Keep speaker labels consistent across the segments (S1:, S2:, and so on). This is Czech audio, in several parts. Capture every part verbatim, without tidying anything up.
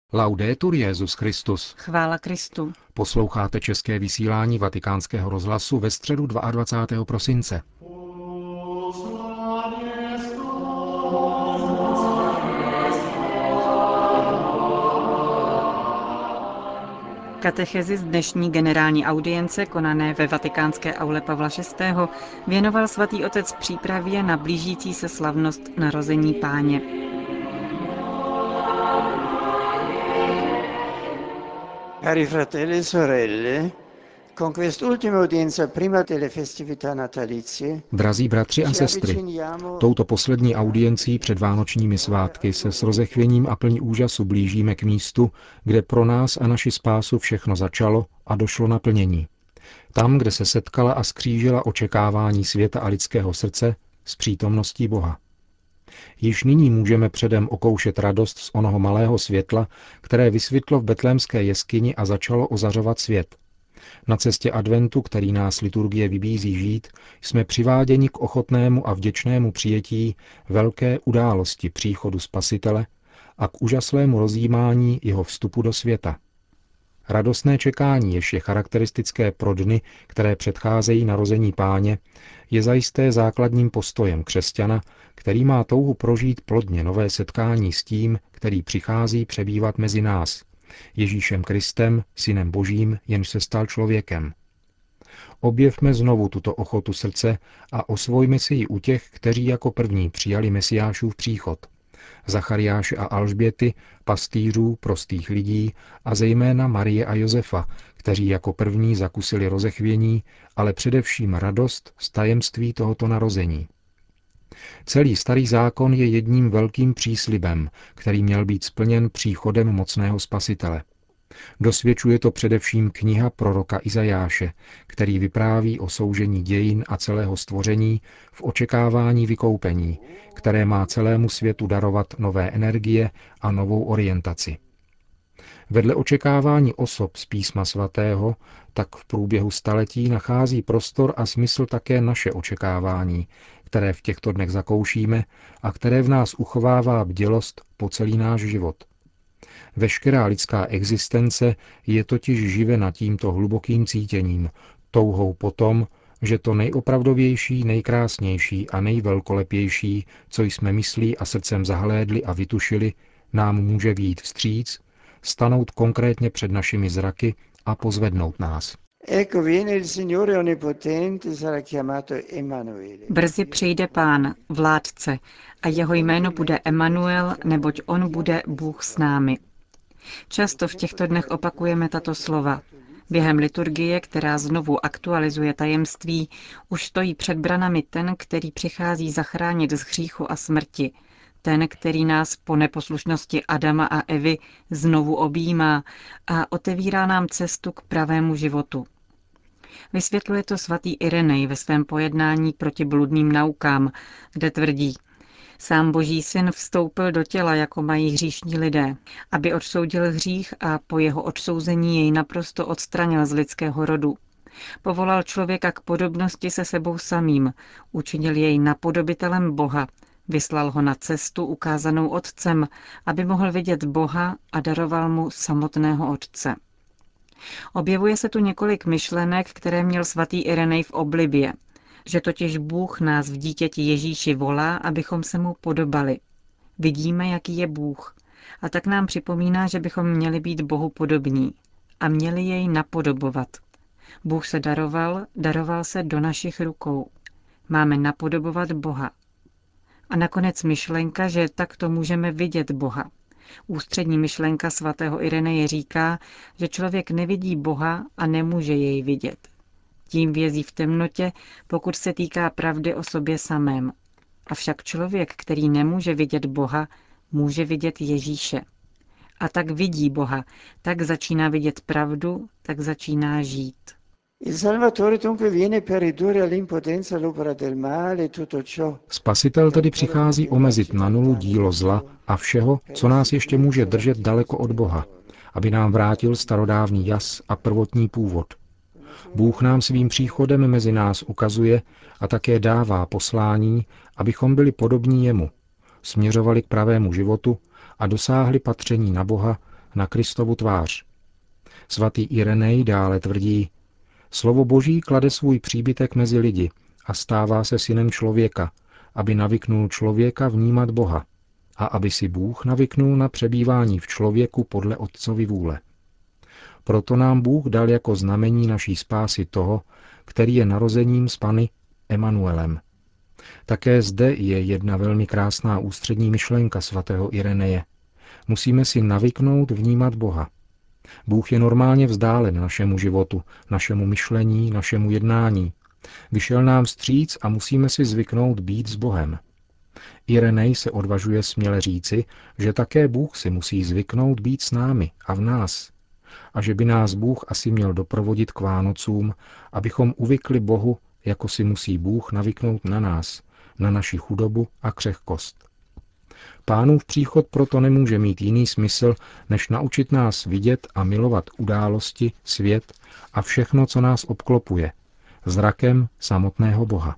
S1: Laudetur Jesus Christus.
S2: Chvála Kristu.
S1: Posloucháte české vysílání Vatikánského rozhlasu ve středu dvacátého druhého prosince.
S2: Katechezi z dnešní generální audience, konané ve vatikánské aule Pavla šestého. věnoval svatý otec přípravě na blížící se slavnost narození Páně.
S3: Cari fratelli e sorelle, con quest'ultima udienza prima delle festività natalizie,
S1: Drazí bratři a sestry, touto poslední audiencí před vánočními svátky se s rozechvěním a plní úžasu blížíme k místu, kde pro nás a naši spásu všechno začalo a došlo naplnění. Tam, kde se setkala a skřížila očekávání světa a lidského srdce s přítomností Boha. Již nyní můžeme předem okoušet radost z onoho malého světla, které vysvětlo v betlémské jeskyni a začalo ozařovat svět. Na cestě adventu, který nás liturgie vybízí žít, jsme přiváděni k ochotnému a vděčnému přijetí velké události příchodu Spasitele a k úžasnému rozjímání jeho vstupu do světa. Radostné čekání, jež je charakteristické pro dny, které předcházejí narození Páně, je zajisté základním postojem křesťana, který má touhu prožít plodně nové setkání s tím, který přichází přebývat mezi nás, Ježíšem Kristem, Synem Božím, jenž se stal člověkem. Objevme znovu tuto ochotu srdce a osvojme si ji u těch, kteří jako první přijali Mesiášův příchod. Zachariáše a Alžběty, pastýřů, prostých lidí a zejména Marie a Josefa, kteří jako první zakusili rozechvění, ale především radost z tajemství tohoto narození. Celý starý zákon je jedním velkým příslibem, který měl být splněn příchodem mocného Spasitele. Dosvědčuje to především kniha proroka Izajáše, který vypráví o soužení dějin a celého stvoření v očekávání vykoupení, které má celému světu darovat nové energie a novou orientaci. Vedle očekávání osob z Písma svatého, tak v průběhu staletí nachází prostor a smysl také naše očekávání, které v těchto dnech zakoušíme a které v nás uchovává bdělost po celý náš život. Veškerá lidská existence je totiž živena tímto hlubokým cítěním, touhou potom, že to nejopravdovější, nejkrásnější a nejvelkolepější, co jsme myslí a srdcem zahlédli a vytušili, nám může vyjít vstříc, stanout konkrétně před našimi zraky a pozvednout nás.
S2: Brzy přijde Pán, vládce, a jeho jméno bude Emanuel, neboť on bude Bůh s námi. Často v těchto dnech opakujeme tato slova. Během liturgie, která znovu aktualizuje tajemství, už stojí před branami ten, který přichází zachránit z hříchu a smrti. Ten, který nás po neposlušnosti Adama a Evy znovu objímá a otevírá nám cestu k pravému životu. Vysvětluje to svatý Irenej ve svém pojednání proti bludným naukám, kde tvrdí: Sám Boží syn vstoupil do těla, jako mají hříšní lidé, aby odsoudil hřích a po jeho odsouzení jej naprosto odstranil z lidského rodu. Povolal člověka k podobnosti se sebou samým, učinil jej napodobitelem Boha, vyslal ho na cestu ukázanou Otcem, aby mohl vidět Boha a daroval mu samotného Otce. Objevuje se tu několik myšlenek, které měl svatý Irenej v oblibě, že totiž Bůh nás v dítěti Ježíši volá, abychom se mu podobali. Vidíme, jaký je Bůh, a tak nám připomíná, že bychom měli být Bohu podobní a měli jej napodobovat. Bůh se daroval, daroval se do našich rukou. Máme napodobovat Boha. A nakonec myšlenka, že takto můžeme vidět Boha. Ústřední myšlenka svatého Ireneje říká, že člověk nevidí Boha a nemůže jej vidět. Tím vězí v temnotě, pokud se týká pravdy o sobě samém. Avšak člověk, který nemůže vidět Boha, může vidět Ježíše. A tak vidí Boha, tak začíná vidět pravdu, tak začíná žít.
S1: Spasitel tedy přichází omezit na nulu dílo zla a všeho, co nás ještě může držet daleko od Boha, aby nám vrátil starodávný jas a prvotní původ. Bůh nám svým příchodem mezi nás ukazuje a také dává poslání, abychom byli podobní jemu, směřovali k pravému životu a dosáhli patření na Boha, na Kristovu tvář. Svatý Irenej dále tvrdí, slovo Boží klade svůj příbytek mezi lidi a stává se synem člověka, aby navyknul člověka vnímat Boha a aby si Bůh navyknul na přebývání v člověku podle Otcovy vůle. Proto nám Bůh dal jako znamení naší spásy toho, který je narozením z Panny Emanuelem. Také zde je jedna velmi krásná ústřední myšlenka svatého Ireneje. Musíme si navyknout vnímat Boha. Bůh je normálně vzdálen našemu životu, našemu myšlení, našemu jednání. Vyšel nám vstříc a musíme si zvyknout být s Bohem. Irenej se odvažuje směle říci, že také Bůh si musí zvyknout být s námi a v nás. A že by nás Bůh asi měl doprovodit k Vánocům, abychom uvykli Bohu, jako si musí Bůh navyknout na nás, na naši chudobu a křehkost. Pánův příchod proto nemůže mít jiný smysl, než naučit nás vidět a milovat události, svět a všechno, co nás obklopuje, zrakem samotného Boha.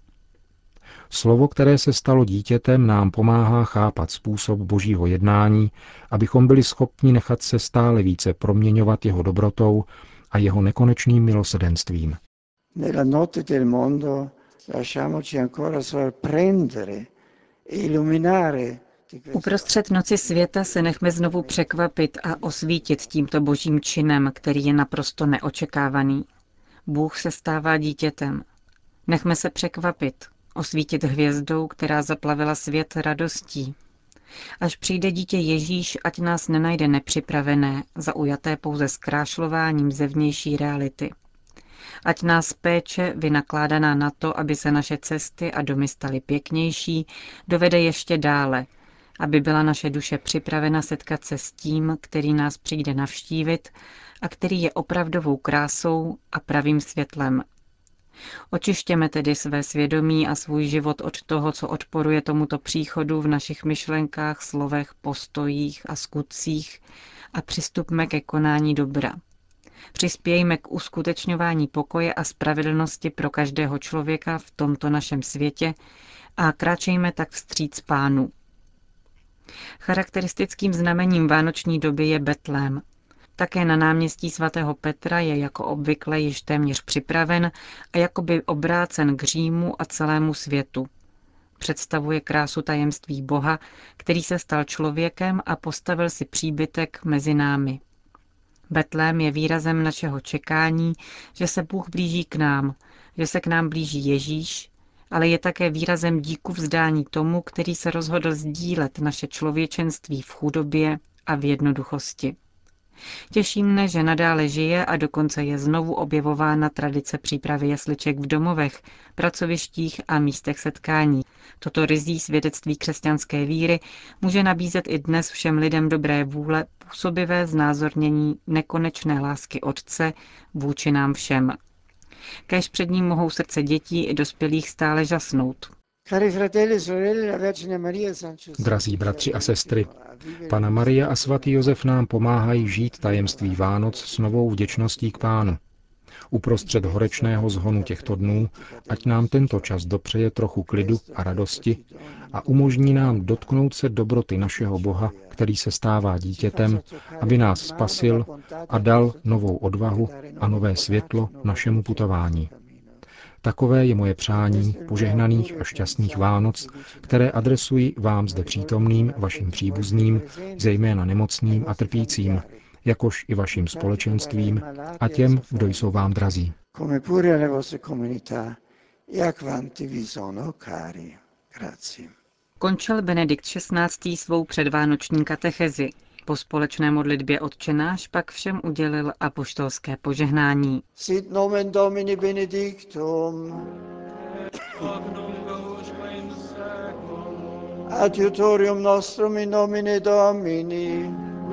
S1: Slovo, které se stalo dítětem, nám pomáhá chápat způsob Božího jednání, abychom byli schopni nechat se stále více proměňovat jeho dobrotou a jeho nekonečným milosrdenstvím.
S3: Nella notte del mondo lasciamoci ancora sorprendere e illuminare.
S2: Uprostřed noci světa se nechme znovu překvapit a osvítit tímto božím činem, který je naprosto neočekávaný. Bůh se stává dítětem. Nechme se překvapit, osvítit hvězdou, která zaplavila svět radostí. Až přijde dítě Ježíš, ať nás nenajde nepřipravené, zaujaté pouze zkrášlováním zevnější reality. Ať nás péče, vynakládaná na to, aby se naše cesty a domy staly pěknější, dovede ještě dále, aby byla naše duše připravena setkat se s tím, který nás přijde navštívit a který je opravdovou krásou a pravým světlem. Očištěme tedy své svědomí a svůj život od toho, co odporuje tomuto příchodu v našich myšlenkách, slovech, postojích a skutcích a přistupme ke konání dobra. Přispějme k uskutečňování pokoje a spravedlnosti pro každého člověka v tomto našem světě a kráčejme tak vstříc Pánu. Charakteristickým znamením vánoční doby je Betlém. Také na náměstí svatého Petra je jako obvykle již téměř připraven a jakoby obrácen k Římu a celému světu. Představuje krásu tajemství Boha, který se stal člověkem a postavil si příbytek mezi námi. Betlém je výrazem našeho čekání, že se Bůh blíží k nám, že se k nám blíží Ježíš, ale je také výrazem díku vzdání tomu, který se rozhodl sdílet naše člověčenství v chudobě a v jednoduchosti. Těší mne, že nadále žije a dokonce je znovu objevována tradice přípravy jesliček v domovech, pracovištích a místech setkání. Toto ryzí svědectví křesťanské víry může nabízet i dnes všem lidem dobré vůle působivé znázornění nekonečné lásky Otce vůči nám všem. Kéž před ním mohou srdce dětí i dospělých stále žasnout.
S1: Drazí bratři a sestry, Panna Maria a svatý Josef nám pomáhají žít tajemství Vánoc s novou vděčností k Pánu. Uprostřed horečného zhonu těchto dnů, ať nám tento čas dopřeje trochu klidu a radosti a umožní nám dotknout se dobroty našeho Boha, který se stává dítětem, aby nás spasil a dal novou odvahu a nové světlo našemu putování. Takové je moje přání požehnaných a šťastných Vánoc, které adresuji vám zde přítomným, vašim příbuzným, zejména nemocným a trpícím, jakož i vašim společenstvím a těm, kdo jsou vám drazí.
S2: Končil Benedikt šestnáctý svou předvánoční katechezi. Po společné modlitbě Otčenáš pak všem udělil apoštolské požehnání.
S3: Sit nomen Domini benedictum. Adiutorium nostrum in nomine Domini.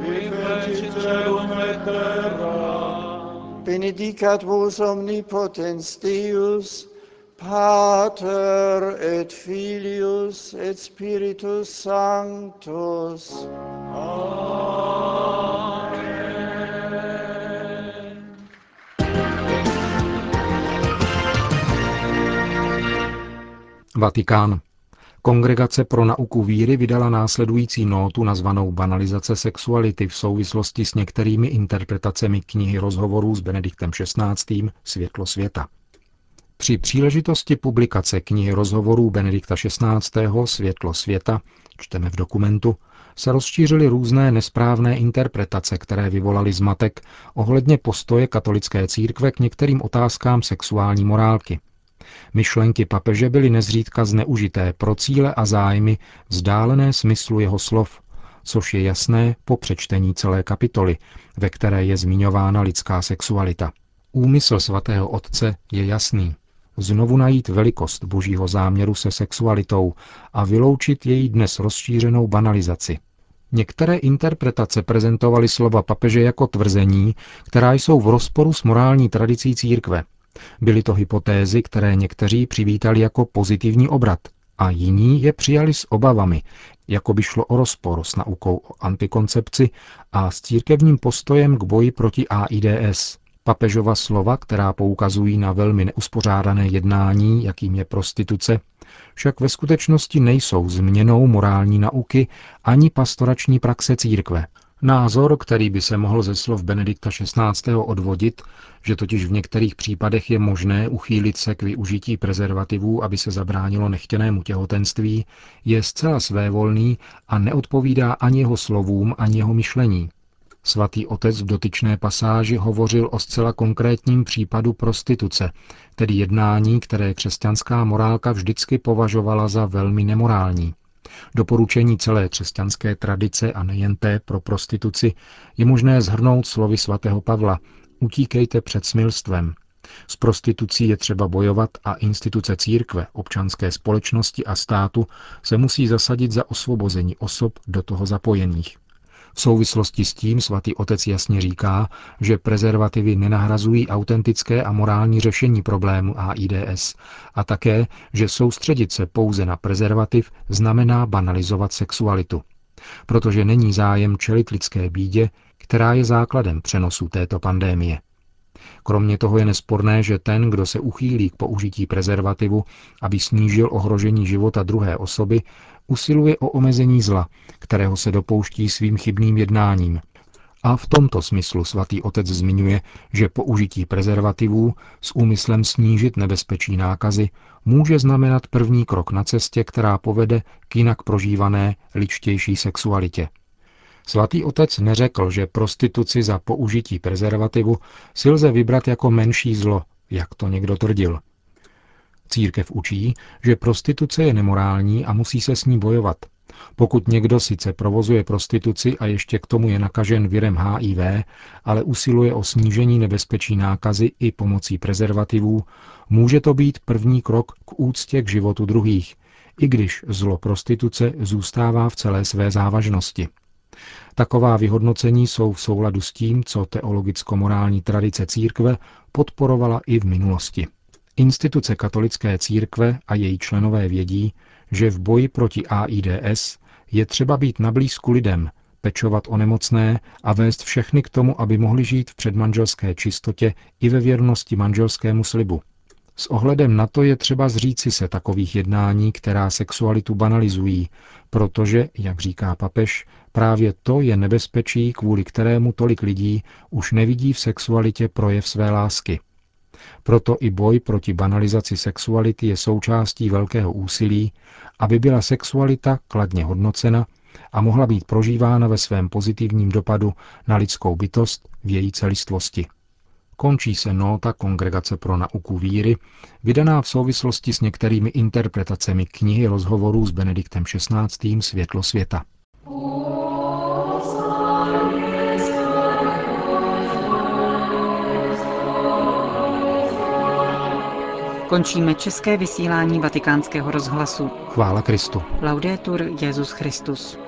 S3: Benedicat vos omnipotens Deus, Pater et Filius et Spiritus Sanctus.
S1: Vatikán. Kongregace pro nauku víry vydala následující nótu nazvanou Banalizace sexuality v souvislosti s některými interpretacemi knihy rozhovorů s Benediktem šestnáctým. Světlo světa. Při příležitosti publikace knihy rozhovorů Benedikta šestnáctého. Světlo světa, čteme v dokumentu, se rozšířily různé nesprávné interpretace, které vyvolaly zmatek ohledně postoje katolické církve k některým otázkám sexuální morálky. Myšlenky papeže byly nezřídka zneužité pro cíle a zájmy vzdálené smyslu jeho slov, což je jasné po přečtení celé kapitoly, ve které je zmiňována lidská sexualita. Úmysl svatého otce je jasný. Znovu najít velikost božího záměru se sexualitou a vyloučit její dnes rozšířenou banalizaci. Některé interpretace prezentovaly slova papeže jako tvrzení, která jsou v rozporu s morální tradicí církve. Byly to hypotézy, které někteří přivítali jako pozitivní obrat a jiní je přijali s obavami, jako by šlo o rozpor s naukou o antikoncepci a s církevním postojem k boji proti AIDS. Papežova slova, která poukazují na velmi neuspořádané jednání, jakým je prostituce, však ve skutečnosti nejsou změnou morální nauky ani pastorační praxe církve. Názor, který by se mohl ze slov Benedikta šestnáctého. Odvodit, že totiž v některých případech je možné uchýlit se k využití prezervativů, aby se zabránilo nechtěnému těhotenství, je zcela svévolný a neodpovídá ani jeho slovům, ani jeho myšlení. Svatý otec v dotyčné pasáži hovořil o zcela konkrétním případu prostituce, tedy jednání, které křesťanská morálka vždycky považovala za velmi nemorální. Doporučení celé křesťanské tradice a nejen té pro prostituci je možné shrnout slovy svatého Pavla: utíkejte před smilstvem. S prostitucí je třeba bojovat a instituce církve, občanské společnosti a státu se musí zasadit za osvobození osob do toho zapojených. V souvislosti s tím svatý otec jasně říká, že prezervativy nenahrazují autentické a morální řešení problému AIDS a také, že soustředit se pouze na prezervativ znamená banalizovat sexualitu, protože není zájem čelit lidské bídě, která je základem přenosu této pandémie. Kromě toho je nesporné, že ten, kdo se uchýlí k použití prezervativu, aby snížil ohrožení života druhé osoby, usiluje o omezení zla, kterého se dopouští svým chybným jednáním. A v tomto smyslu svatý otec zmiňuje, že použití prezervativů s úmyslem snížit nebezpečí nákazy může znamenat první krok na cestě, která povede k jinak prožívané lidštější sexualitě. Svatý otec neřekl, že prostituci za použití prezervativu si lze vybrat jako menší zlo, jak to někdo tvrdil. Církev učí, že prostituce je nemorální a musí se s ní bojovat. Pokud někdo sice provozuje prostituci a ještě k tomu je nakažen virem H I V, ale usiluje o snížení nebezpečí nákazy i pomocí prezervativů, může to být první krok k úctě k životu druhých, i když zlo prostituce zůstává v celé své závažnosti. Taková vyhodnocení jsou v souladu s tím, co teologicko-morální tradice církve podporovala i v minulosti. Instituce katolické církve a její členové vědí, že v boji proti AIDS je třeba být nablízku lidem, pečovat o nemocné a vést všechny k tomu, aby mohli žít v předmanželské čistotě i ve věrnosti manželskému slibu. S ohledem na to je třeba zříci se takových jednání, která sexualitu banalizují, protože, jak říká papež, právě to je nebezpečí, kvůli kterému tolik lidí už nevidí v sexualitě projev své lásky. Proto i boj proti banalizaci sexuality je součástí velkého úsilí, aby byla sexualita kladně hodnocena a mohla být prožívána ve svém pozitivním dopadu na lidskou bytost v její celistvosti. Končí se nóta Kongregace pro nauku víry, vydaná v souvislosti s některými interpretacemi knihy rozhovorů s Benediktem šestnáctým. Světlo světa.
S2: Končíme české vysílání Vatikánského rozhlasu.
S1: Chvála Kristu.
S2: Laudetur Jesus Christus.